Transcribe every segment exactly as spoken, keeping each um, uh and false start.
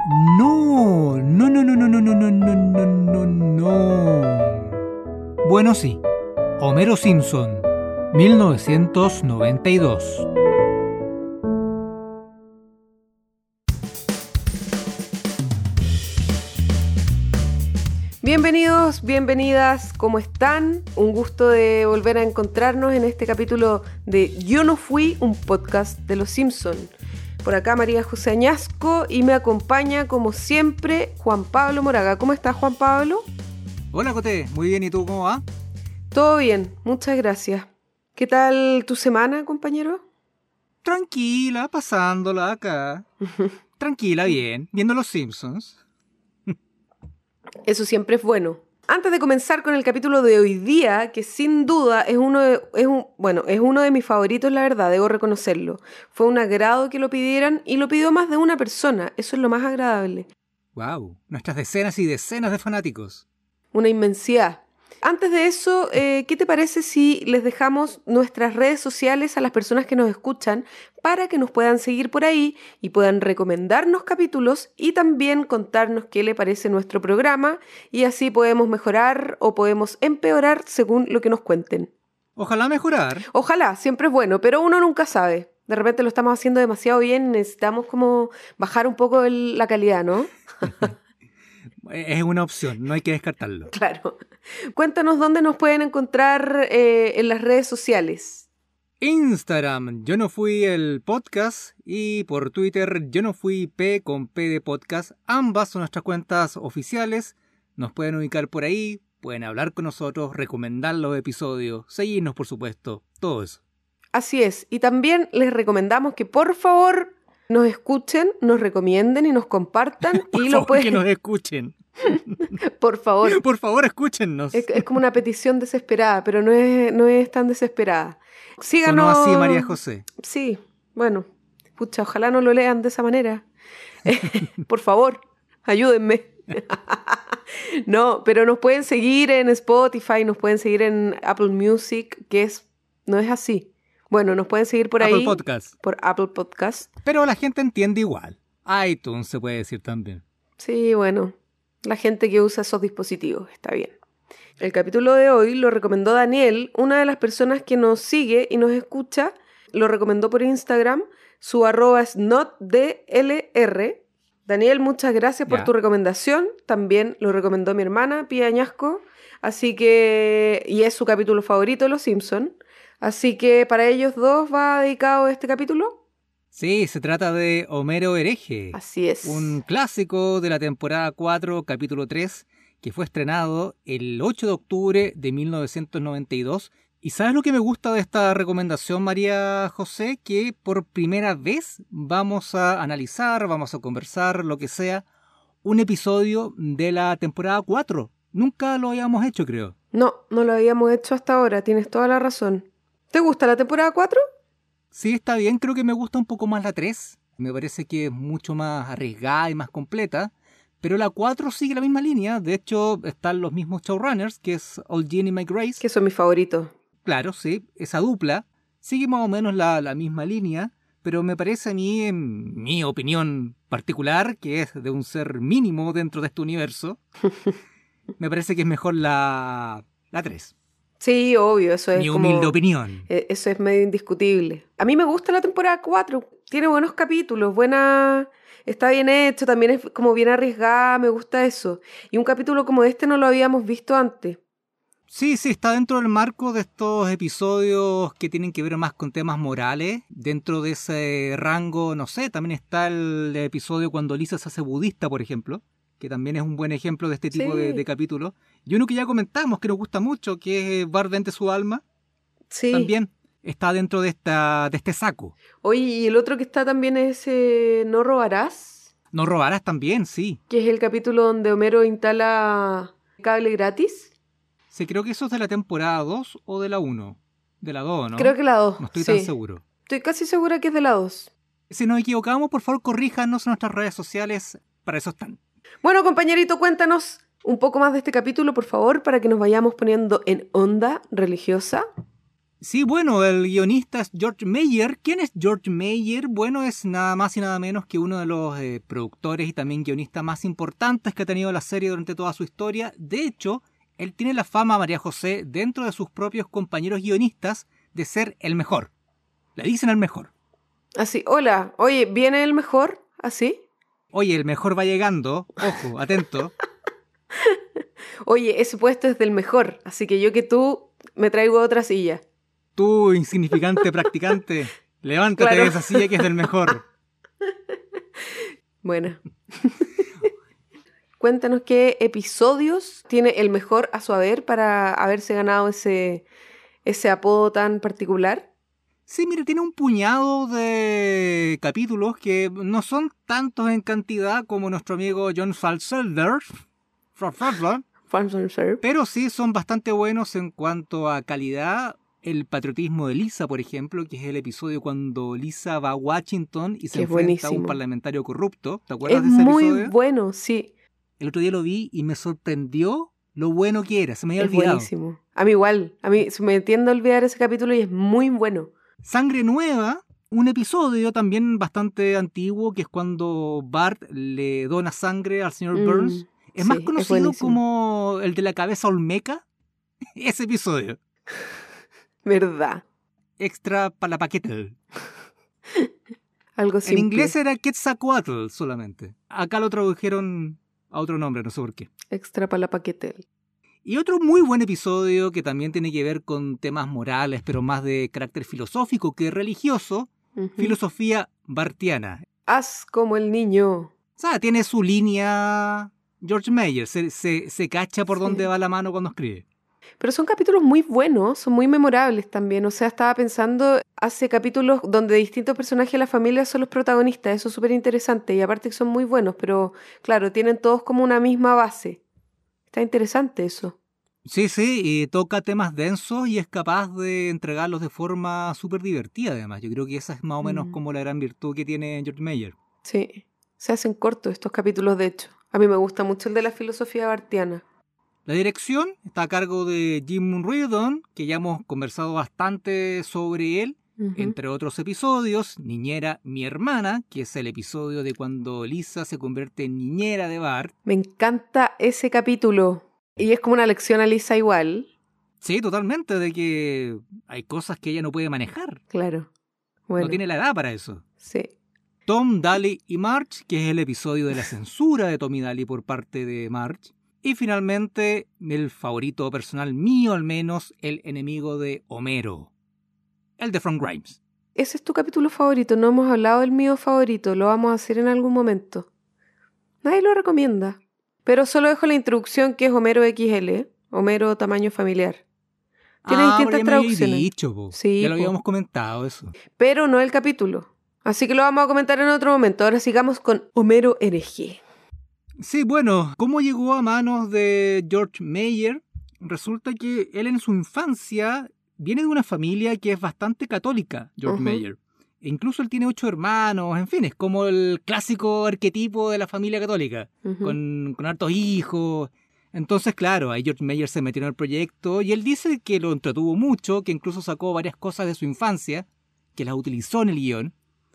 No, no, no, no, no, no, no, no, no, no, no, no. Bueno, sí. Homero Simpson, mil novecientos noventa y dos. Bienvenidos, bienvenidas, ¿cómo están? Un gusto de volver a encontrarnos en este capítulo de Yo no fui, un podcast de Los Simpson. Por acá María José Añasco y me acompaña, como siempre, Juan Pablo Moraga. ¿Cómo estás, Juan Pablo? Hola, Coté. Muy bien, ¿y tú cómo va? Todo bien, muchas gracias. ¿Qué tal tu semana, compañero? Tranquila, pasándola acá. Tranquila, bien, viendo Los Simpsons. Eso siempre es bueno. Antes de comenzar con el capítulo de hoy día, que sin duda es uno de, es un, bueno, es uno de mis favoritos, la verdad, debo reconocerlo. Fue un agrado que lo pidieran y lo pidió más de una persona. Eso es lo más agradable. Wow, nuestras decenas y decenas de fanáticos. Una inmensidad. Antes de eso, eh, ¿qué te parece si les dejamos nuestras redes sociales a las personas que nos escuchan para que nos puedan seguir por ahí y puedan recomendarnos capítulos y también contarnos qué le parece nuestro programa y así podemos mejorar o podemos empeorar según lo que nos cuenten? Ojalá mejorar. Ojalá, siempre es bueno, pero uno nunca sabe. De repente lo estamos haciendo demasiado bien y necesitamos como bajar un poco el, la calidad, ¿no? Es una opción, no hay que descartarlo. Claro. Cuéntanos dónde nos pueden encontrar eh, en las redes sociales. Instagram, yo no fui el podcast, y por Twitter, yo no fui P con P de podcast. Ambas son nuestras cuentas oficiales. Nos pueden ubicar por ahí, pueden hablar con nosotros, recomendar los episodios, seguirnos por supuesto, todo eso. Así es. Y también les recomendamos que por favor nos escuchen, nos recomienden y nos compartan. por y favor lo pueden... que nos escuchen. Por favor. Por favor, escúchennos. Es, es como una petición desesperada, pero no es, no es tan desesperada. Síganos. Sonó así, María José. Sí, bueno. Pucha, ojalá no lo lean de esa manera. Por favor, ayúdenme. No, pero nos pueden seguir en Spotify, nos pueden seguir en Apple Music, que es no es así. Bueno, nos pueden seguir por Apple ahí. Podcast. Por Apple Podcast. Pero la gente entiende igual. iTunes se puede decir también. Sí, bueno. La gente que usa esos dispositivos, está bien. El capítulo de hoy lo recomendó Daniel, una de las personas que nos sigue y nos escucha. Lo recomendó por Instagram. Su arroba es notdlr. Daniel, muchas gracias por Ya. tu recomendación. También lo recomendó mi hermana, Pía Añasco. Así que... Y es su capítulo favorito de Los Simpson. Así que para ellos dos va dedicado este capítulo. Sí, se trata de Homero Hereje. Así es. Un clásico de la temporada cuatro, capítulo tres, que fue estrenado el ocho de octubre de mil novecientos noventa y dos. ¿Y sabes lo que me gusta de esta recomendación, María José? Que por primera vez vamos a analizar, vamos a conversar, lo que sea, un episodio de la temporada cuatro. Nunca lo habíamos hecho, creo. No, no lo habíamos hecho hasta ahora, tienes toda la razón. ¿Te gusta la temporada cuatro? Sí, está bien, creo que me gusta un poco más la tres. Me parece que es mucho más arriesgada y más completa. Pero la cuatro sigue la misma línea. De hecho, están los mismos showrunners, que es Ol Jean y Mike Grace. Que son mis favoritos. Claro, sí, esa dupla sigue más o menos la, la misma línea. Pero me parece a mí, en mi opinión particular, que es de un ser mínimo dentro de este universo, me parece que es mejor la, la tres. Sí, obvio, eso es Mi como... humilde opinión. Eso es medio indiscutible. A mí me gusta la temporada cuatro. Tiene buenos capítulos, buena... Está bien hecho, también es como bien arriesgada, me gusta eso. Y un capítulo como este no lo habíamos visto antes. Sí, sí, está dentro del marco de estos episodios que tienen que ver más con temas morales. Dentro de ese rango, no sé, también está el episodio cuando Lisa se hace budista, por ejemplo, que también es un buen ejemplo de este tipo Sí. de, de capítulos. Y uno que ya comentamos, que nos gusta mucho, que es Bart vende su alma, Sí. también está dentro de, esta, de este saco. Oye, y el otro que está también es eh, No robarás, No robarás también, sí. que es el capítulo donde Homero instala cable gratis. Sí, creo que eso es de la temporada dos o de la uno. De la dos, ¿no? Creo que la dos. No estoy sí. tan seguro. Estoy casi segura que es de la dos. Si nos equivocamos, por favor, corríjanos en nuestras redes sociales. Para eso están. Bueno, compañerito, cuéntanos un poco más de este capítulo, por favor, para que nos vayamos poniendo en onda religiosa. Sí, bueno, el guionista es George Meyer. ¿Quién es George Meyer? Bueno, es nada más y nada menos que uno de los eh, productores y también guionistas más importantes que ha tenido la serie durante toda su historia. De hecho, él tiene la fama, María José, dentro de sus propios compañeros guionistas, de ser el mejor. Le dicen el mejor. Así, hola, oye, ¿viene el mejor? ¿Así? Oye, el mejor va llegando. Ojo, atento. Oye, ese puesto es del mejor, así que yo que tú me traigo otra silla. Tú, insignificante practicante, levántate Claro. de esa silla que es del mejor. Bueno. Cuéntanos qué episodios tiene el mejor a su haber para haberse ganado ese, ese apodo tan particular. Sí, mire, tiene un puñado de capítulos que no son tantos en cantidad como nuestro amigo John Falselder, pero sí son bastante buenos en cuanto a calidad. El patriotismo de Lisa, por ejemplo, que es el episodio cuando Lisa va a Washington y se Que es enfrenta buenísimo. a un parlamentario corrupto. ¿Te acuerdas Es de ese muy episodio? bueno, sí. El otro día lo vi y me sorprendió lo bueno que era. Se me había Es olvidado. buenísimo. A mí igual. A mí se me tiende a olvidar ese capítulo y es muy bueno. Sangre Nueva, un episodio también bastante antiguo, que es cuando Bart le dona sangre al señor Mm, Burns. Es sí, más es conocido buenísimo. como el de la cabeza olmeca. Ese episodio. ¿Verdad? Extra para la paquete. Algo En simple. inglés era Quetzalcoatl solamente. Acá lo tradujeron a otro nombre, no sé por qué. Extra para la paquete. Y otro muy buen episodio que también tiene que ver con temas morales, pero más de carácter filosófico que religioso. Ujú. Filosofía bartiana. Haz como el niño. O sea, tiene su línea George Meyer. Se, se, se cacha por Sí. dónde va la mano cuando escribe. Pero son capítulos muy buenos, son muy memorables también. O sea, estaba pensando, hace capítulos donde distintos personajes de la familia son los protagonistas. Eso es súper interesante. Y aparte que son muy buenos, pero claro, tienen todos como una misma base. Está interesante eso. Sí, sí, y toca temas densos y es capaz de entregarlos de forma súper divertida además. Yo creo que esa es más o menos Mm. como la gran virtud que tiene George Meyer. Sí, se hacen cortos estos capítulos, de hecho. A mí me gusta mucho el de la filosofía bartiana. La dirección está a cargo de Jim Reardon, que ya hemos conversado bastante sobre él, Ujú. entre otros episodios. Niñera, mi hermana, que es el episodio de cuando Lisa se convierte en niñera de Bart. Me encanta ese capítulo. Y es como una lección a Lisa igual. Sí, totalmente, de que hay cosas que ella no puede manejar. Claro. Bueno, No tiene la edad para eso. sí. Tom, Daly y Marge, que es el episodio de la censura de Tom y Daly por parte de Marge. Y finalmente, el favorito personal mío al menos, el enemigo de Homero, el de Frank Grimes. Ese es tu capítulo favorito. No hemos hablado del mío favorito. Lo vamos a hacer en algún momento. Nadie lo recomienda. Pero solo dejo la introducción que es Homero equis ele. Homero tamaño familiar. Tiene ah, distintas pero ya me habéis traducciones. dicho, po. Sí, ya lo po. habíamos comentado eso. Pero no el capítulo. Así que lo vamos a comentar en otro momento. Ahora sigamos con Homero hereje. Sí, bueno, ¿cómo llegó a manos de George Meyer? Resulta que él en su infancia viene de una familia que es bastante católica, George Ujú. Meyer. E incluso él tiene ocho hermanos, en fin, es como el clásico arquetipo de la familia católica, Ujú. con, con hartos hijos. Entonces, claro, ahí George Meyer se metió en el proyecto y él dice que lo entretuvo mucho, que incluso sacó varias cosas de su infancia, que las utilizó en el guión,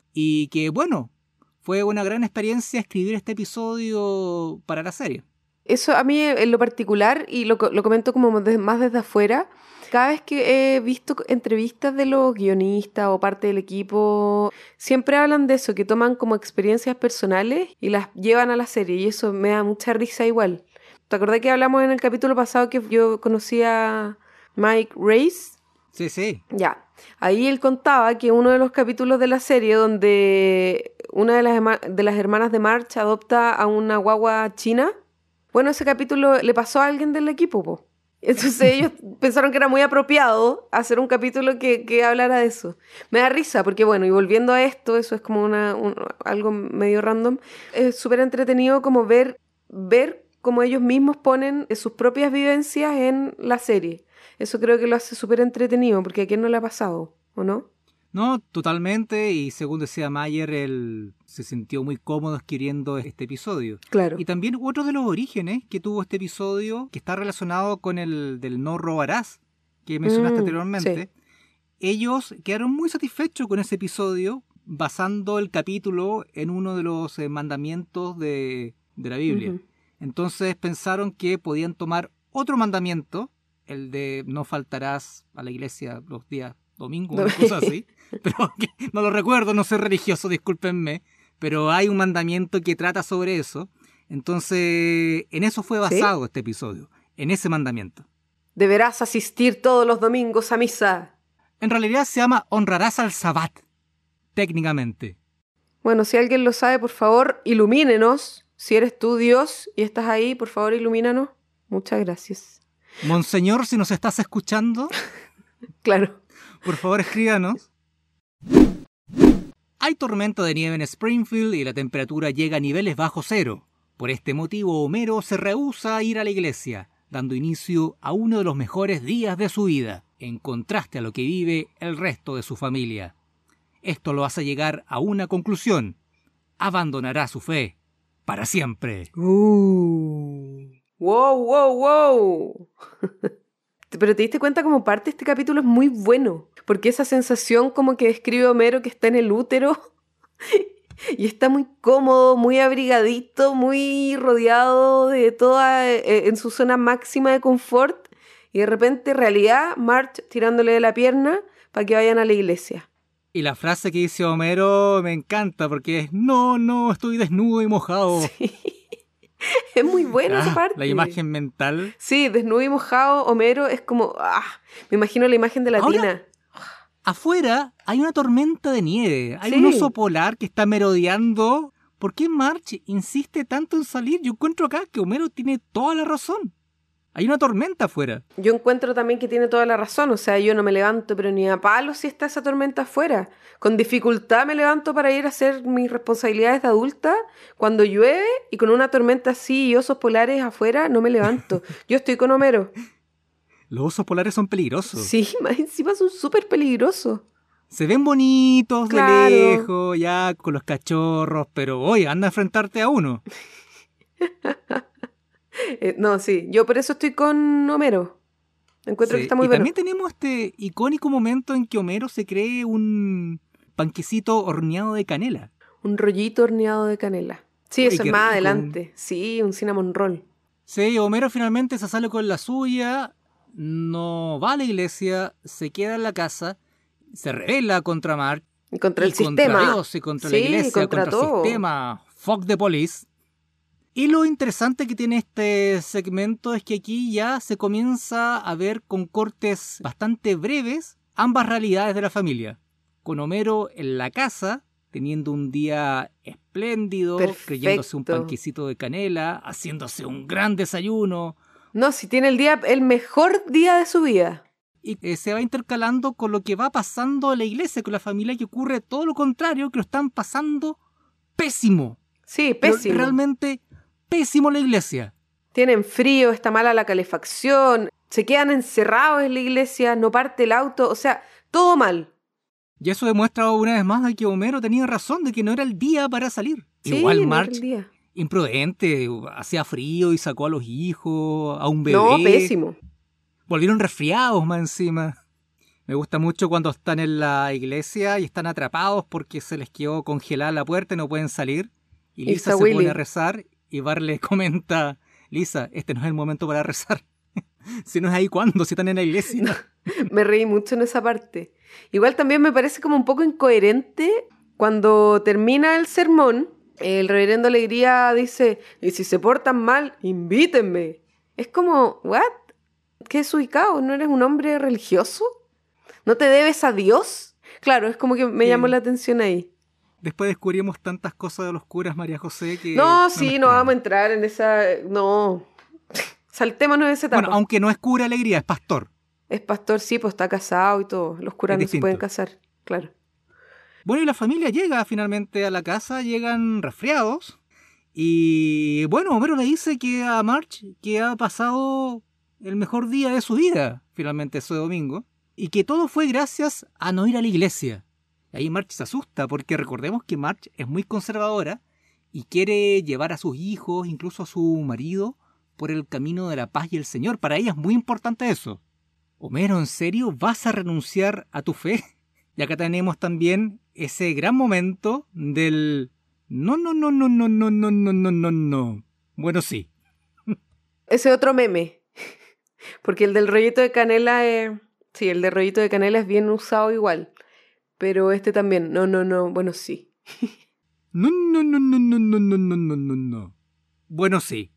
y que, bueno, fue una gran experiencia escribir este episodio para la serie. Eso a mí en lo particular, y lo, co- lo comento como de- más desde afuera, cada vez que he visto entrevistas de los guionistas o parte del equipo, siempre hablan de eso, que toman como experiencias personales y las llevan a la serie, y eso me da mucha risa igual. ¿Te acordás que hablamos en el capítulo pasado que yo conocí a Mike Race? Sí, sí. Ya, ahí él contaba que uno de los capítulos de la serie donde una de las, herma- de las hermanas de Marge adopta a una guagua china, bueno, ese capítulo le pasó a alguien del equipo, po. Entonces ellos pensaron que era muy apropiado hacer un capítulo que, que hablara de eso. Me da risa porque, bueno, y volviendo a esto, eso es como una, un- algo medio random, es súper entretenido como ver, ver cómo ellos mismos ponen sus propias vivencias en la serie. Eso creo que lo hace súper entretenido, porque a quién no le ha pasado, ¿o no? No, totalmente, y según decía Mayer, él se sintió muy cómodo escribiendo este episodio. Claro. Y también otro de los orígenes que tuvo este episodio, que está relacionado con el del no robarás, que mencionaste Mm, anteriormente, ellos quedaron muy satisfechos con ese episodio, basando el capítulo en uno de los eh, mandamientos de, de la Biblia. Uh-huh. Entonces pensaron que podían tomar otro mandamiento, el de no faltarás a la iglesia los días domingos, una cosa así. Pero que, no lo recuerdo, no soy religioso, discúlpenme. Pero hay un mandamiento que trata sobre eso. Entonces, en eso fue basado, ¿sí?, este episodio, en ese mandamiento. Deberás asistir todos los domingos a misa. En realidad se llama honrarás al Sabbat, técnicamente. Bueno, si alguien lo sabe, por favor, ilumínenos. Si eres tú, Dios, y estás ahí, por favor, ilumínanos. Muchas gracias. Monseñor, si nos estás escuchando, claro, por favor, escríbanos. Hay tormenta de nieve en Springfield y la temperatura llega a niveles bajo cero. Por este motivo, Homero se rehúsa a ir a la iglesia, dando inicio a uno de los mejores días de su vida, en contraste a lo que vive el resto de su familia. Esto lo hace llegar a una conclusión: abandonará su fe para siempre. Uh. ¡Wow, wow, wow! Pero te diste cuenta como parte de este capítulo es muy bueno, porque esa sensación como que describe Homero, que está en el útero y está muy cómodo, muy abrigadito, muy rodeado de toda, eh, en su zona máxima de confort, y de repente, realidad, Marge tirándole de la pierna para que vayan a la iglesia. Y la frase que dice Homero me encanta, porque es: no, no, estoy desnudo y mojado. Sí. Es muy buena ah, esa parte. La imagen mental. Sí, desnudo y mojado, Homero es como... Ah, me imagino la imagen de la Ahora, tina. Afuera hay una tormenta de nieve. Hay sí. un oso polar que está merodeando. ¿Por qué Marge insiste tanto en salir? Yo encuentro acá que Homero tiene toda la razón. Hay una tormenta afuera. Yo encuentro también que tiene toda la razón. O sea, yo no me levanto, pero ni a palo si está esa tormenta afuera. Con dificultad me levanto para ir a hacer mis responsabilidades de adulta. Cuando llueve y con una tormenta así y osos polares afuera, no me levanto. Yo estoy con Homero. Los osos polares son peligrosos. Sí, más encima son súper peligrosos. Se ven bonitos claro. de lejos, ya con los cachorros, pero oye, anda a enfrentarte a uno. Eh, no, sí, yo por eso estoy con Homero. Encuentro sí, que está muy y bueno. También tenemos este icónico momento en que Homero se cree un panquecito horneado de canela. Un rollito horneado de canela. Sí, Uy, eso es más rico. adelante. Sí, un cinnamon roll. Sí, Homero finalmente se sale con la suya, no va a la iglesia, se queda en la casa, se rebela contra Marge. Y contra y el sistema. Contra Dios, y contra sí, la iglesia, contra, contra todo. el sistema. Fuck the police. Y lo interesante que tiene este segmento es que aquí ya se comienza a ver con cortes bastante breves ambas realidades de la familia. Con Homero en la casa, teniendo un día espléndido, Perfecto. creyéndose un panquecito de canela, haciéndose un gran desayuno. No, si tiene el día, el mejor día de su vida. Y eh, se va intercalando con lo que va pasando en la iglesia, con la familia, que ocurre todo lo contrario, que lo están pasando pésimo. Sí, pésimo. Pero realmente pésimo la iglesia. Tienen frío, está mala la calefacción, se quedan encerrados en la iglesia, no parte el auto, o sea, todo mal. Y eso demuestra una vez más de que Homero tenía razón, de que no era el día para salir. Sí, Igual no Marge, era el día. imprudente, hacía frío y sacó a los hijos, a un bebé. No, pésimo. Volvieron resfriados más encima. Me gusta mucho cuando están en la iglesia y están atrapados porque se les quedó congelada la puerta y no pueden salir. Y Lisa se Willy. pone a rezar y Bart le comenta: Lisa, este no es el momento para rezar. Si no es ahí, ¿cuándo? Si están en la iglesia. No, me reí mucho en esa parte. Igual también me parece como un poco incoherente cuando termina el sermón. El reverendo Alegría dice: y si se portan mal, invítenme. Es como, ¿what? ¿Qué es ubicado? ¿No eres un hombre religioso? ¿No te debes a Dios? Claro, es como que me sí. llamó la atención ahí. Después descubrimos tantas cosas de los curas, María José, que... No, no sí, no vamos a entrar en esa... No, saltémonos de esa etapa. Bueno, aunque no es cura Alegría, es pastor. Es pastor, sí, pues está casado y todo. Los curas Es no distinto. se pueden casar, claro. Bueno, y la familia llega finalmente a la casa, llegan resfriados. Y bueno, Homero le dice que a Marge que ha pasado el mejor día de su vida, finalmente ese domingo. Y que todo fue gracias a no ir a la iglesia. Y ahí Marge se asusta, porque recordemos que Marge es muy conservadora y quiere llevar a sus hijos, incluso a su marido, por el camino de la paz y el Señor. Para ella es muy importante eso. Homero, ¿en serio vas a renunciar a tu fe? Y acá tenemos también ese gran momento del... No, no, no, no, no, no, no, no, no, no, no. Bueno, sí. Ese otro meme. Porque el del rollito de canela es... Sí, el del rollito de canela es bien usado igual. Pero este también. No, no, no. Bueno, sí. No, no, no, no, no, no, no, no, no, no, no. Bueno, sí.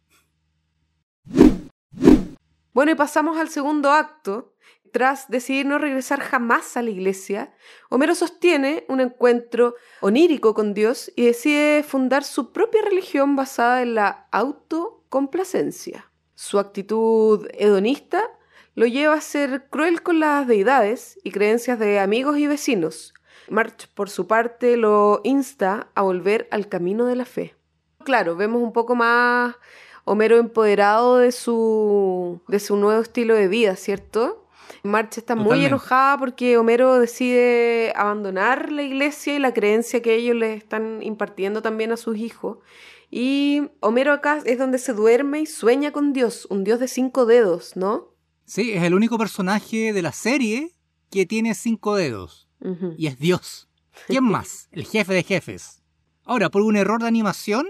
Bueno, y pasamos al segundo acto. Tras decidir no regresar jamás a la iglesia, Homero sostiene un encuentro onírico con Dios y decide fundar su propia religión basada en la autocomplacencia. Su actitud hedonista lo lleva a ser cruel con las deidades y creencias de amigos y vecinos. Marge, por su parte, lo insta a volver al camino de la fe. Claro, vemos un poco más Homero empoderado de su, de su nuevo estilo de vida, ¿cierto? Marge está Totalmente. muy enojada porque Homero decide abandonar la iglesia y la creencia que ellos le están impartiendo también a sus hijos. Y Homero acá es donde se duerme y sueña con Dios, un Dios de cinco dedos, ¿no? Sí, es el único personaje de la serie que tiene cinco dedos. Uh-huh. Y es Dios. ¿Quién más? El jefe de jefes. Ahora, por un error de animación,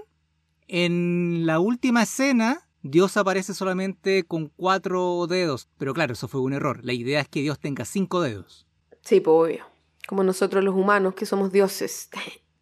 en la última escena, Dios aparece solamente con cuatro dedos. Pero claro, eso fue un error. La idea es que Dios tenga cinco dedos. Sí, pues obvio. Como nosotros los humanos, que somos dioses.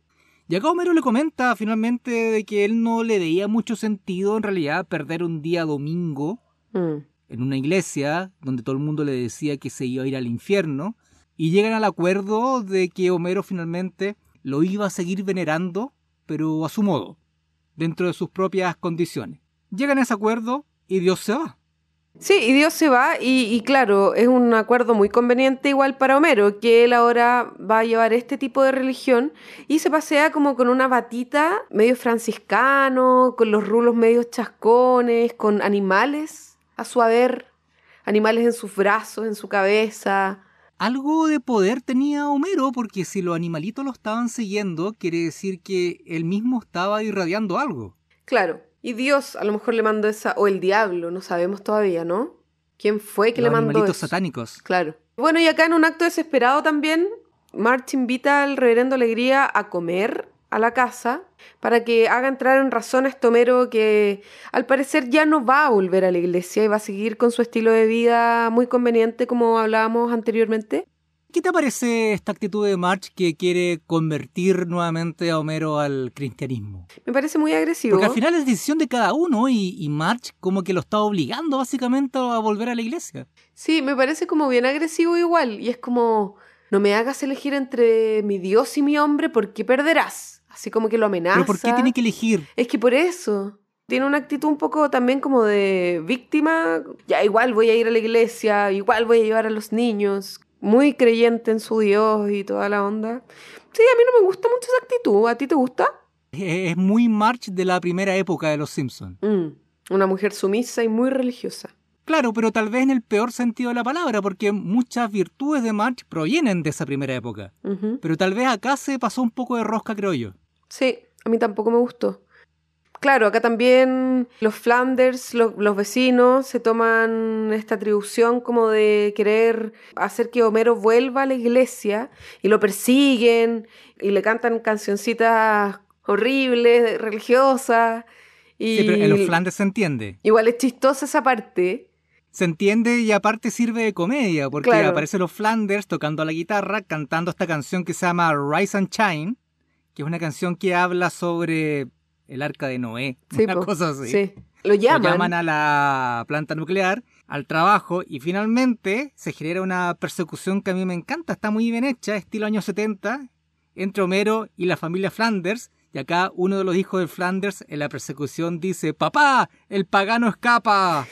Y acá Homero le comenta finalmente de que él no le veía mucho sentido en realidad perder un día domingo Mm. en una iglesia donde todo el mundo le decía que se iba a ir al infierno. Y llegan al acuerdo de que Homero finalmente lo iba a seguir venerando, pero a su modo, dentro de sus propias condiciones. Llegan a ese acuerdo y Dios se va. Sí, y Dios se va y, y claro, es un acuerdo muy conveniente igual para Homero, que él ahora va a llevar este tipo de religión y se pasea como con una batita medio franciscano, con los rulos medio chascones, con animales a su haber, animales en sus brazos, en su cabeza. Algo de poder tenía Homero, porque si los animalitos lo estaban siguiendo, quiere decir que él mismo estaba irradiando algo. Claro, y Dios a lo mejor le mandó esa, o el diablo, no sabemos todavía, ¿no? ¿Quién fue que Los le mandó animalitos eso? satánicos. Claro. Bueno, y acá en un acto desesperado también, Marge invita al reverendo Alegría a comer a la casa para que haga entrar en razón a este Homero que al parecer ya no va a volver a la iglesia y va a seguir con su estilo de vida muy conveniente como hablábamos anteriormente. ¿Qué te parece esta actitud de Marge que quiere convertir nuevamente a Homero al cristianismo? Me parece muy agresivo. Porque al final es decisión de cada uno y, y Marge como que lo está obligando básicamente a volver a la iglesia. Sí, me parece como bien agresivo igual. Y es como, no me hagas elegir entre mi Dios y mi hombre porque perderás. Así como que lo amenaza. ¿Pero por qué tiene que elegir? Es que por eso. Tiene una actitud un poco también como de víctima. Ya igual voy a ir a la iglesia, igual voy a llevar a los niños. Muy creyente en su Dios y toda la onda. Sí, a mí no me gusta mucho esa actitud. ¿A ti te gusta? Es muy Marge de la primera época de Los Simpsons. Mm, una mujer sumisa y muy religiosa. Claro, pero tal vez en el peor sentido de la palabra, porque muchas virtudes de Marge provienen de esa primera época. Uh-huh. Pero tal vez acá se pasó un poco de rosca, creo yo. Sí, a mí tampoco me gustó. Claro, acá también los Flanders, lo, los vecinos, se toman esta atribución como de querer hacer que Homero vuelva a la iglesia y lo persiguen y le cantan cancioncitas horribles, religiosas. Y Sí, pero en los Flanders se entiende. igual es chistosa esa parte. Se entiende y aparte sirve de comedia, porque Claro. aparecen los Flanders tocando la guitarra, cantando esta canción que se llama Rise and Shine, que es una canción que habla sobre el arca de Noé, Sí, una po, cosa así. sí. Lo llaman. Lo llaman a la planta nuclear, al trabajo, y finalmente se genera una persecución que a mí me encanta, está muy bien hecha, estilo años setenta, entre Homero y la familia Flanders, y acá uno de los hijos de Flanders en la persecución dice: ¡Papá, el pagano escapa!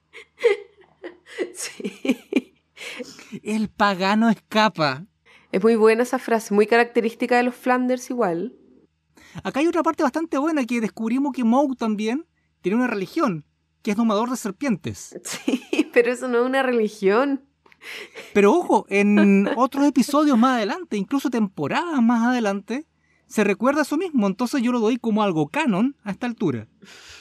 Sí. El pagano escapa. Es muy buena esa frase, muy característica de los Flanders igual. Acá hay otra parte bastante buena que descubrimos que Moe también tiene una religión, que es domador de serpientes. Sí, pero eso no es una religión. Pero ojo, en otros episodios más adelante, incluso temporadas más adelante, se recuerda eso mismo. Entonces yo lo doy como algo canon a esta altura.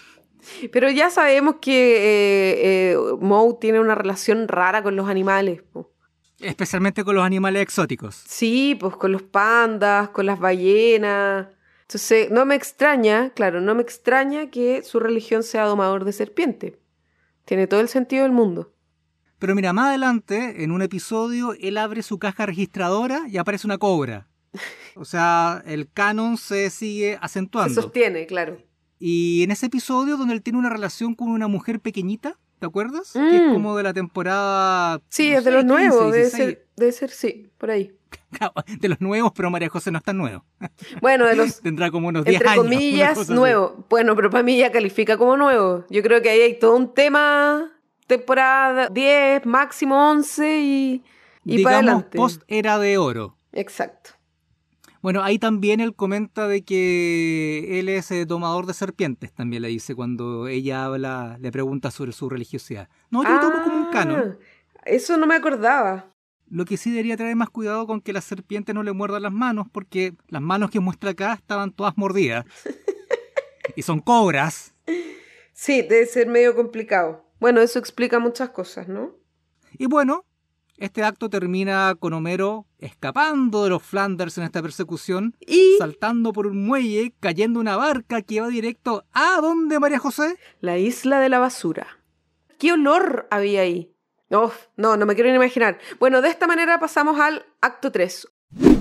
Pero ya sabemos que eh, eh, Moe tiene una relación rara con los animales. Po. Especialmente con los animales exóticos. Sí, pues con los pandas, con las ballenas. Entonces, no me extraña, claro, no me extraña que su religión sea domador de serpiente. Tiene todo el sentido del mundo. Pero mira, más adelante, en un episodio, él abre su caja registradora y aparece una cobra. O sea, el canon se sigue acentuando. Se sostiene, claro. Y en ese episodio donde él tiene una relación con una mujer pequeñita, ¿te acuerdas? Mm. Que es como de la temporada... Sí, no es de sé, los quince, nuevos, debe dieciséis. ser, debe ser, sí, por ahí. De los nuevos, pero María José no es tan nuevo. Bueno, de los, Tendrá como unos diez entre años. comillas, nuevo. Bueno, pero para mí ya califica como nuevo. Yo creo que ahí hay todo un tema, temporada diez, máximo once y, y para Digamos, adelante. post era de oro. Exacto. Bueno, ahí también él comenta de que él es eh, domador de serpientes, también le dice cuando ella habla, le pregunta sobre su religiosidad. No, yo lo tomo como un canon. Eso no me acordaba. Lo que sí debería tener más cuidado con que la serpiente no le muerda las manos, porque las manos que muestra acá estaban todas mordidas. Y son cobras. Sí, debe ser medio complicado. Bueno, eso explica muchas cosas, ¿no? Y bueno, este acto termina con Homero escapando de los Flanders en esta persecución, Y saltando por un muelle, cayendo una barca que va directo ¿a dónde, María José? la isla de la basura. ¿Qué olor había ahí? No, no, no me quiero ni imaginar. Bueno, de esta manera pasamos al acto tres.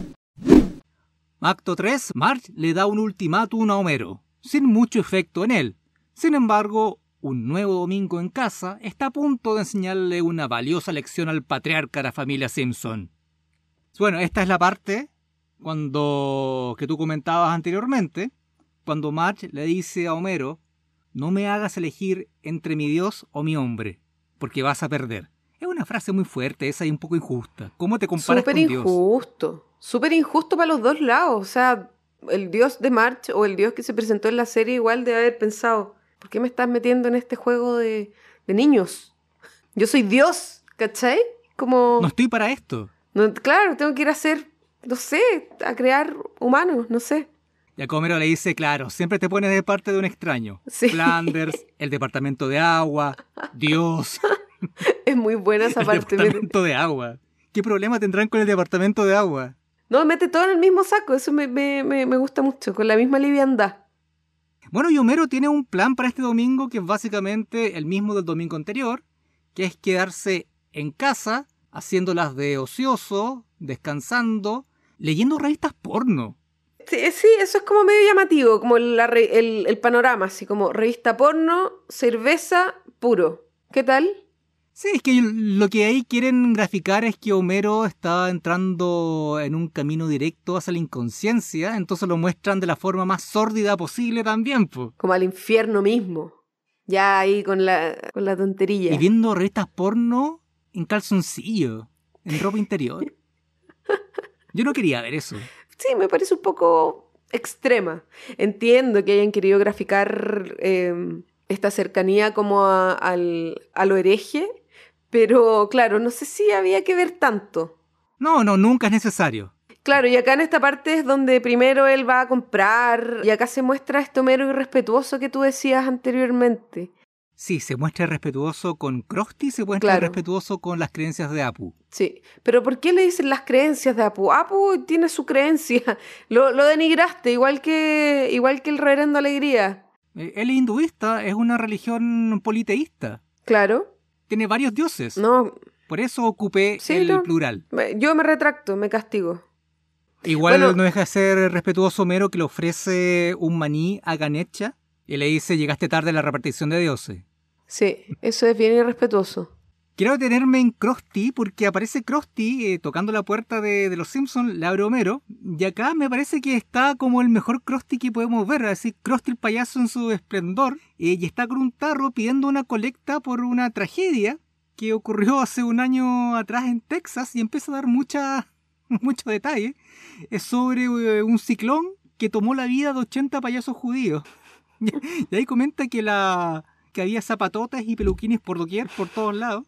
Acto tres, Marge le da un ultimátum a Homero, sin mucho efecto en él. Sin embargo, un nuevo domingo en casa está a punto de enseñarle una valiosa lección al patriarca de la familia Simpson. Bueno, esta es la parte cuando que tú comentabas anteriormente, cuando Marge le dice a Homero, no me hagas elegir entre mi Dios o mi hombre, porque vas a perder. Es una frase muy fuerte, esa y un poco injusta. ¿Cómo te comparas Súper con Dios? injusto. Súper injusto para los dos lados. O sea, el Dios de Marge o el Dios que se presentó en la serie igual de haber pensado, ¿por qué me estás metiendo en este juego de, de niños? Yo soy Dios, ¿cachai? Como... No estoy para esto. No, claro, tengo que ir a hacer, no sé, a crear humanos, no sé. Y a Homero le dice, claro, siempre te pones de parte de un extraño. Sí. Flanders, el departamento de agua, Dios, Es muy buena esa el parte. departamento de agua. ¿Qué problema tendrán con el departamento de agua? No, mete todo en el mismo saco, eso me, me, me, me gusta mucho, con la misma liviandad. Bueno, y Homero tiene un plan para este domingo que es básicamente el mismo del domingo anterior, que es quedarse en casa, haciéndolas de ocioso, descansando, leyendo revistas porno. Sí, sí, eso es como medio llamativo, como la re- el, el panorama, así como revista porno, cerveza, puro. ¿Qué tal? Sí, es que lo que ahí quieren graficar es que Homero está entrando en un camino directo hacia la inconsciencia, entonces lo muestran de la forma más sórdida posible también, pues. Como al infierno mismo. Ya ahí con la, con la tontería. Y viendo revistas porno en calzoncillo, en ropa interior. Yo no quería ver eso. Sí, me parece un poco extrema. Entiendo que hayan querido graficar eh, esta cercanía como a, al, a lo hereje, pero claro, no sé si había que ver tanto. No, no, nunca es necesario. Claro, y acá en esta parte es donde primero él va a comprar, y acá se muestra este Homero irrespetuoso que tú decías anteriormente. Sí, se muestra respetuoso con Krusty, se muestra Claro. respetuoso con las creencias de Apu. Sí, pero ¿por qué le dicen las creencias de Apu? Apu tiene su creencia, lo, lo denigraste, igual que, igual que el reverendo Alegría. Eh, Él es hinduista, es una religión politeísta. Claro, Tiene varios dioses. no, Por eso ocupé Sí, el no. plural. me- yo me retracto, me castigo. Igual Bueno. no deja de ser respetuoso Homero que le ofrece un maní a Ganesha y le dice llegaste tarde a la repartición de dioses. Sí, eso es bien irrespetuoso. Quiero detenerme en Krusty porque aparece Krusty eh, tocando la puerta de, de los Simpsons, le abre Homero, y acá me parece que está como el mejor Krusty que podemos ver, así Krusty el payaso en su esplendor, eh, y está con un tarro pidiendo una colecta por una tragedia que ocurrió hace un año atrás en Texas y empieza a dar mucha, mucho detalle. Es sobre eh, un ciclón que tomó la vida de ochenta payasos judíos. Y ahí comenta que la que había zapatotas y peluquines por doquier, por todos lados.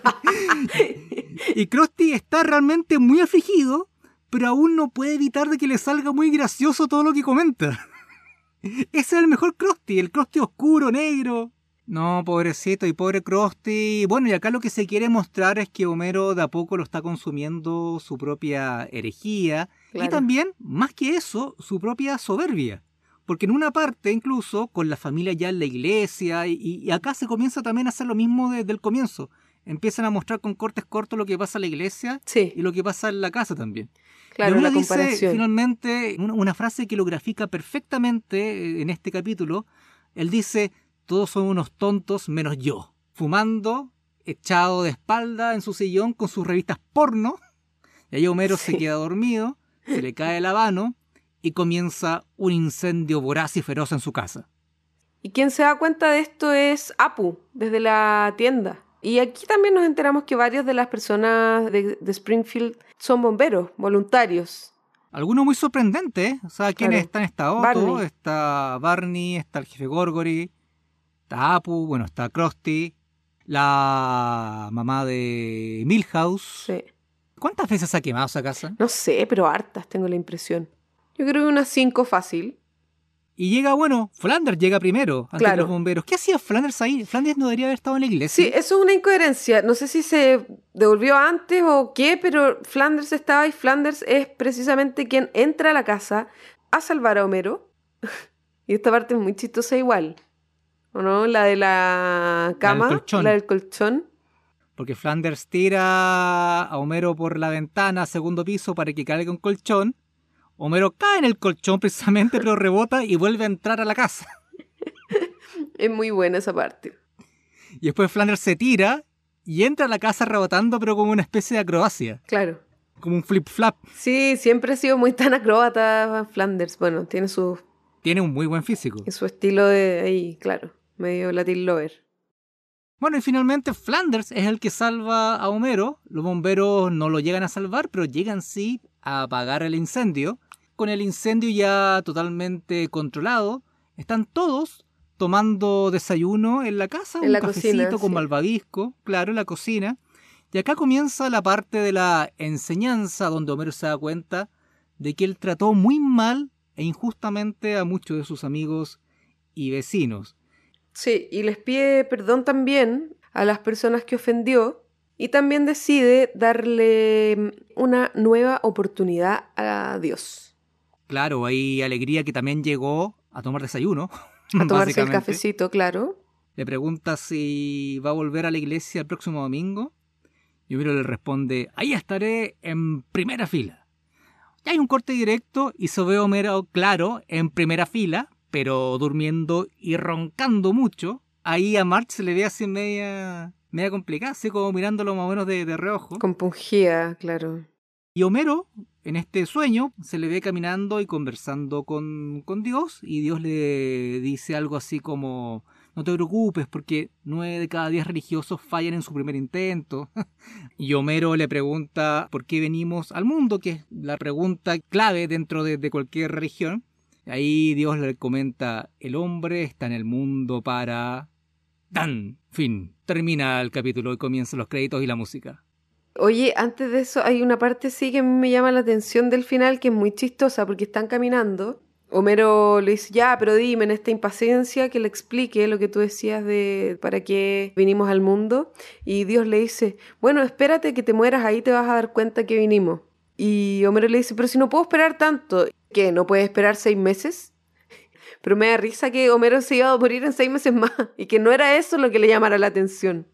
Y Krusty está realmente muy afligido, pero aún no puede evitar de que le salga muy gracioso todo lo que comenta. Ese es el mejor Krusty, el Krusty oscuro, negro. No, pobrecito y pobre Krusty. Bueno, y acá lo que se quiere mostrar es que Homero de a poco lo está consumiendo su propia herejía. Claro. Y también, más que eso, su propia soberbia. Porque en una parte, incluso, con la familia ya en la iglesia, y, y acá se comienza también a hacer lo mismo desde el comienzo. Empiezan a mostrar con cortes cortos lo que pasa en la iglesia sí. y lo que pasa en la casa también. Claro, y uno la dice, comparación. finalmente, una, una frase que lo grafica perfectamente en este capítulo. Él dice, todos son unos tontos menos yo. Fumando, echado de espalda en su sillón con sus revistas porno. Y ahí Homero sí. se queda dormido, se le cae el habano y comienza un incendio voraz y feroz en su casa. Y quien se da cuenta de esto es Apu, desde la tienda. Y aquí también nos enteramos que varias de las personas de, de Springfield son bomberos, voluntarios. Algunos muy sorprendentes, ¿eh? O sea, ¿quiénes claro. están? Está Otto, Barney. está Barney, está el jefe Gorgory, está Apu, bueno, está Krusty, la mamá de Milhouse. Sí. ¿Cuántas veces se ha quemado esa casa? No sé, pero hartas, tengo la impresión. Yo creo que unas cinco fácil. Y llega, bueno, Flanders llega primero, antes claro. de los bomberos. ¿Qué hacía Flanders ahí? Flanders no debería haber estado en la iglesia. Sí, eso es una incoherencia. No sé si se devolvió antes o qué, pero Flanders estaba y Flanders es precisamente quien entra a la casa a salvar a Homero. Y esta parte es muy chistosa igual. ¿O no? La de la cama, la del colchón. La del colchón. Porque Flanders tira a Homero por la ventana, segundo piso, para que caiga un colchón. Homero cae en el colchón precisamente, pero rebota y vuelve a entrar a la casa. Es muy buena esa parte. Y después Flanders se tira y entra a la casa rebotando, pero como una especie de acrobacia. Claro. Como un flip-flap. Sí, siempre ha sido muy tan acróbata Flanders. Bueno, tiene su... Tiene un muy buen físico. Su estilo de ahí, claro, medio Latin Lover. Bueno, y finalmente Flanders es el que salva a Homero. Los bomberos no lo llegan a salvar, pero llegan sí a apagar el incendio. Con el incendio ya totalmente controlado, están todos tomando desayuno en la casa, en un la cafecito cocina, con sí. malvavisco, claro, en la cocina. Y acá comienza la parte de la enseñanza donde Homero se da cuenta de que él trató muy mal e injustamente a muchos de sus amigos y vecinos. Sí, y les pide perdón también a las personas que ofendió y también decide darle una nueva oportunidad a Dios. Claro, hay Alegría que también llegó a tomar desayuno. A tomarse el cafecito, claro. Le pregunta si va a volver a la iglesia el próximo domingo. Y Homero le responde, ahí estaré en primera fila. Y hay un corte directo y se ve a Homero, claro, en primera fila, pero durmiendo y roncando mucho. Ahí a Marge se le ve así media, media complicada, así como mirándolo más o menos de, de reojo. Compungida, claro. Y Homero, en este sueño, se le ve caminando y conversando con, con Dios, y Dios le dice algo así como, no te preocupes porque nueve de cada diez religiosos fallan en su primer intento. Y Homero le pregunta por qué venimos al mundo, que es la pregunta clave dentro de, de cualquier religión. Ahí Dios le comenta, el hombre está en el mundo para... ¡Tan! Fin. Termina el capítulo y comienzan los créditos y la música. Oye, antes de eso hay una parte sí que a mí me llama la atención del final, que es muy chistosa porque están caminando. Homero le dice, ya, pero dime en esta impaciencia que le explique lo que tú decías de para qué vinimos al mundo. Y Dios le dice, bueno, espérate que te mueras, ahí te vas a dar cuenta que vinimos. Y Homero le dice, pero si no puedo esperar tanto. ¿Qué? ¿No puedes esperar seis meses? Pero me da risa que Homero se iba a morir en seis meses más y que no era eso lo que le llamara la atención.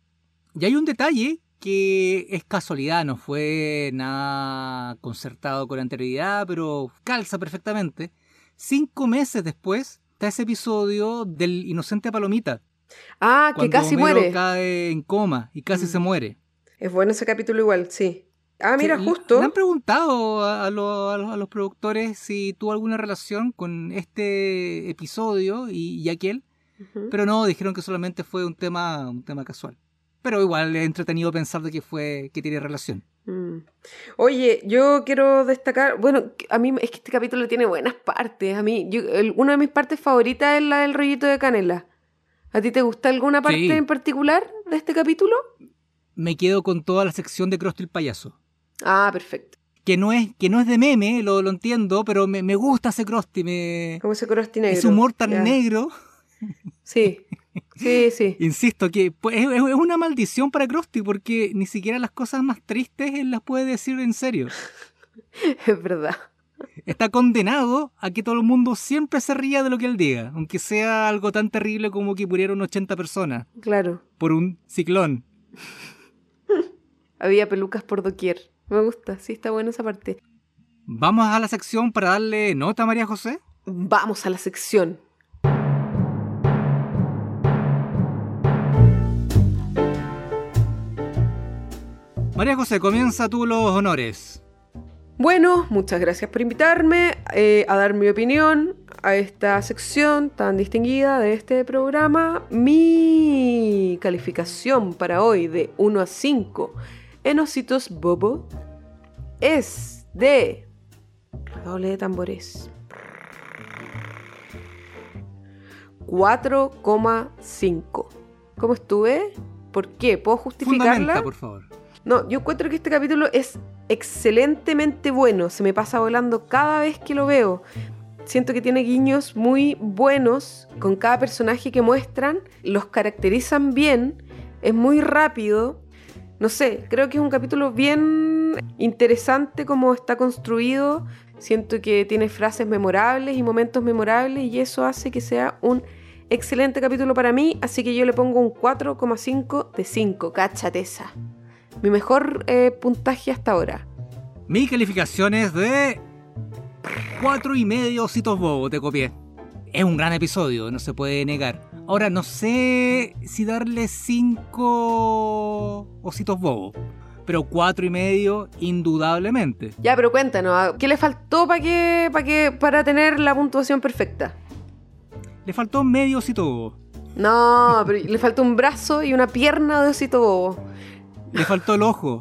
Y hay un detalle que es casualidad, no fue nada concertado con anterioridad, pero calza perfectamente. Cinco meses después está ese episodio del inocente Palomita. Ah, que casi Homero muere. Cae en coma y casi mm. se muere. Es bueno ese capítulo igual, sí. Ah, mira, sí, justo. Le han preguntado a, a, lo, a, los, a los productores si tuvo alguna relación con este episodio y, y aquel, uh-huh. pero no, dijeron que solamente fue un tema, un tema casual. Pero igual es entretenido pensar de que fue que tiene relación. Mm. Oye, yo quiero destacar, bueno, a mí es que este capítulo tiene buenas partes. A mí, yo, el, una de mis partes favoritas es la del rollito de canela. ¿A ti te gusta alguna parte sí. en particular de este capítulo? Me quedo con toda la sección de Krusty el payaso. Ah, perfecto. que no es, que no es de meme, lo, lo entiendo, pero me, me gusta ese Krusty. Me... Como ese Krusty negro. Ese humor tan ya. negro. Sí, sí, sí. Insisto, que pues, es, es una maldición para Krusty, porque ni siquiera las cosas más tristes él las puede decir en serio. Es verdad. Está condenado a que todo el mundo siempre se ría de lo que él diga, aunque sea algo tan terrible como que murieron ochenta personas. Claro. Por un ciclón. Había pelucas por doquier. Me gusta, sí, está buena esa parte. ¿Vamos a la sección para darle nota a María José? Vamos a la sección. María José, comienza tú los honores. Bueno, muchas gracias por invitarme eh, a dar mi opinión a esta sección tan distinguida de este programa. Mi calificación para hoy de uno a cinco en Ositos Bobo es de... redoble de tambores. cuatro coma cinco. ¿Cómo estuve? ¿Por qué? ¿Puedo justificarla? Fundamenta, por favor. No, yo encuentro que este capítulo es excelentemente bueno. Se me pasa volando cada vez que lo veo. Siento que tiene guiños muy buenos con cada personaje que muestran. Los caracterizan bien. Es muy rápido. No sé, creo que es un capítulo bien interesante como está construido. Siento que tiene frases memorables y momentos memorables y eso hace que sea un excelente capítulo para mí. Así que yo le pongo un cuatro coma cinco de cinco. Cachateza. Mi mejor eh, puntaje hasta ahora. Mi calificación es de cuatro y medio Ositos Bobo, te copié. Es un gran episodio, no se puede negar. Ahora, no sé si darle cinco Ositos Bobo, pero cuatro y medio indudablemente. Ya, pero cuéntanos, ¿qué le faltó para que, para que, para tener la puntuación perfecta? Le faltó medio Osito Bobo. No, pero le faltó un brazo y una pierna de Osito Bobo. Le faltó el ojo.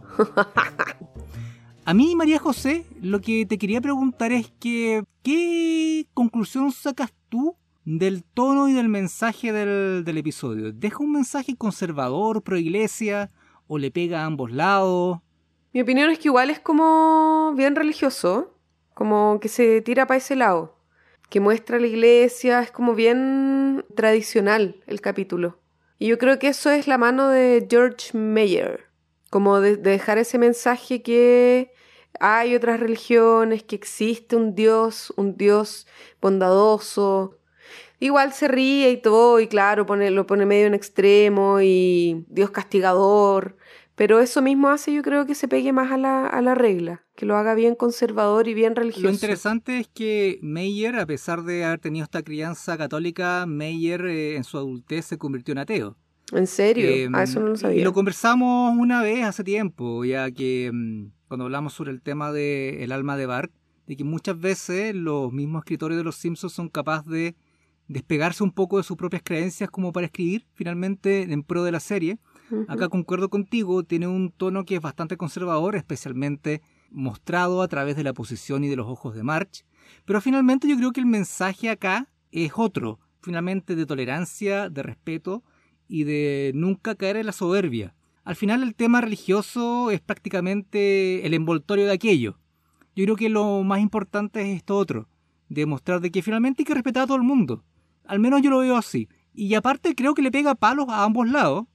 A mí, María José, lo que te quería preguntar es que ¿qué conclusión sacas tú del tono y del mensaje del, del episodio? ¿Deja un mensaje conservador, pro iglesia, o le pega a ambos lados? Mi opinión es que igual es como bien religioso, como que se tira para ese lado, que muestra la iglesia, es como bien tradicional el capítulo. Y yo creo que eso es la mano de George Meyer. Como de, de dejar ese mensaje que hay otras religiones, que existe un Dios, un Dios bondadoso. Igual se ríe y todo, y claro, pone, lo pone medio en extremo, y Dios castigador. Pero eso mismo hace, yo creo, que se pegue más a la, a la regla, que lo haga bien conservador y bien religioso. Lo interesante es que Meyer, a pesar de haber tenido esta crianza católica, Meyer eh, en su adultez se convirtió en ateo. ¿En serio? Eh, ah, eso no lo sabía. Y lo conversamos una vez hace tiempo, ya que um, cuando hablamos sobre el tema de El alma de Bart, de que muchas veces los mismos escritores de Los Simpsons son capaces de despegarse un poco de sus propias creencias como para escribir finalmente en pro de la serie. Uh-huh. Acá concuerdo contigo, tiene un tono que es bastante conservador, especialmente mostrado a través de la posición y de los ojos de Marge, pero finalmente yo creo que el mensaje acá es otro, finalmente de tolerancia, de respeto y de nunca caer en la soberbia. Al final el tema religioso es prácticamente el envoltorio de aquello. Yo creo que lo más importante es esto otro, demostrar de que finalmente hay que respetar a todo el mundo. Al menos yo lo veo así. Y aparte creo que le pega palos a ambos lados.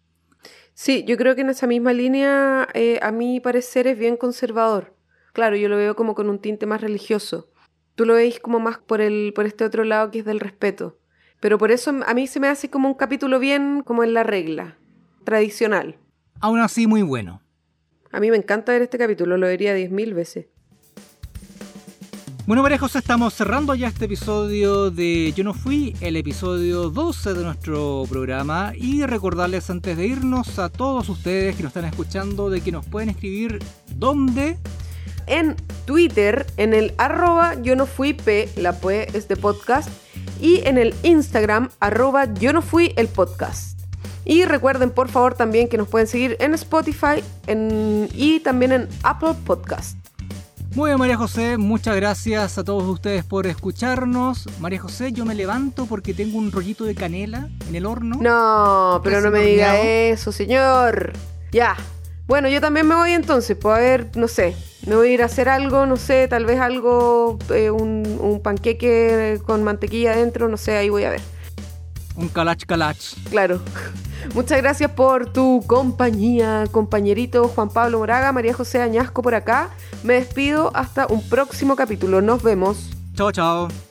Sí, yo creo que en esa misma línea, eh, a mi parecer, es bien conservador. Claro, yo lo veo como con un tinte más religioso. Tú lo veis como más por, el, por este otro lado que es del respeto. Pero por eso a mí se me hace como un capítulo bien como en la regla, tradicional. Aún así, muy bueno. A mí me encanta ver este capítulo, lo vería diez mil veces. Bueno, María José, estamos cerrando ya este episodio de Yo no fui, el episodio doce de nuestro programa, y recordarles antes de irnos a todos ustedes que nos están escuchando de que nos pueden escribir ¿dónde? En Twitter, en el arroba yo no fui p, la p es de podcast, y en el Instagram, arroba yo no fui el podcast. Y recuerden por favor también que nos pueden seguir en Spotify en, y también en Apple Podcast. Muy bien, María José, muchas gracias a todos ustedes por escucharnos. María José, yo me levanto porque tengo un rollito de canela en el horno. No, pero no me diga eso, señor. Ya, Bueno, yo también me voy entonces, pues a ver, no sé, me voy a ir a hacer algo, no sé, tal vez algo, eh, un, un panqueque con mantequilla adentro, no sé, ahí voy a ver. Un calach calach. Claro. Muchas gracias por tu compañía, compañerito Juan Pablo Moraga, María José Añasco por acá. Me despido hasta un próximo capítulo. Nos vemos. Chao, chao.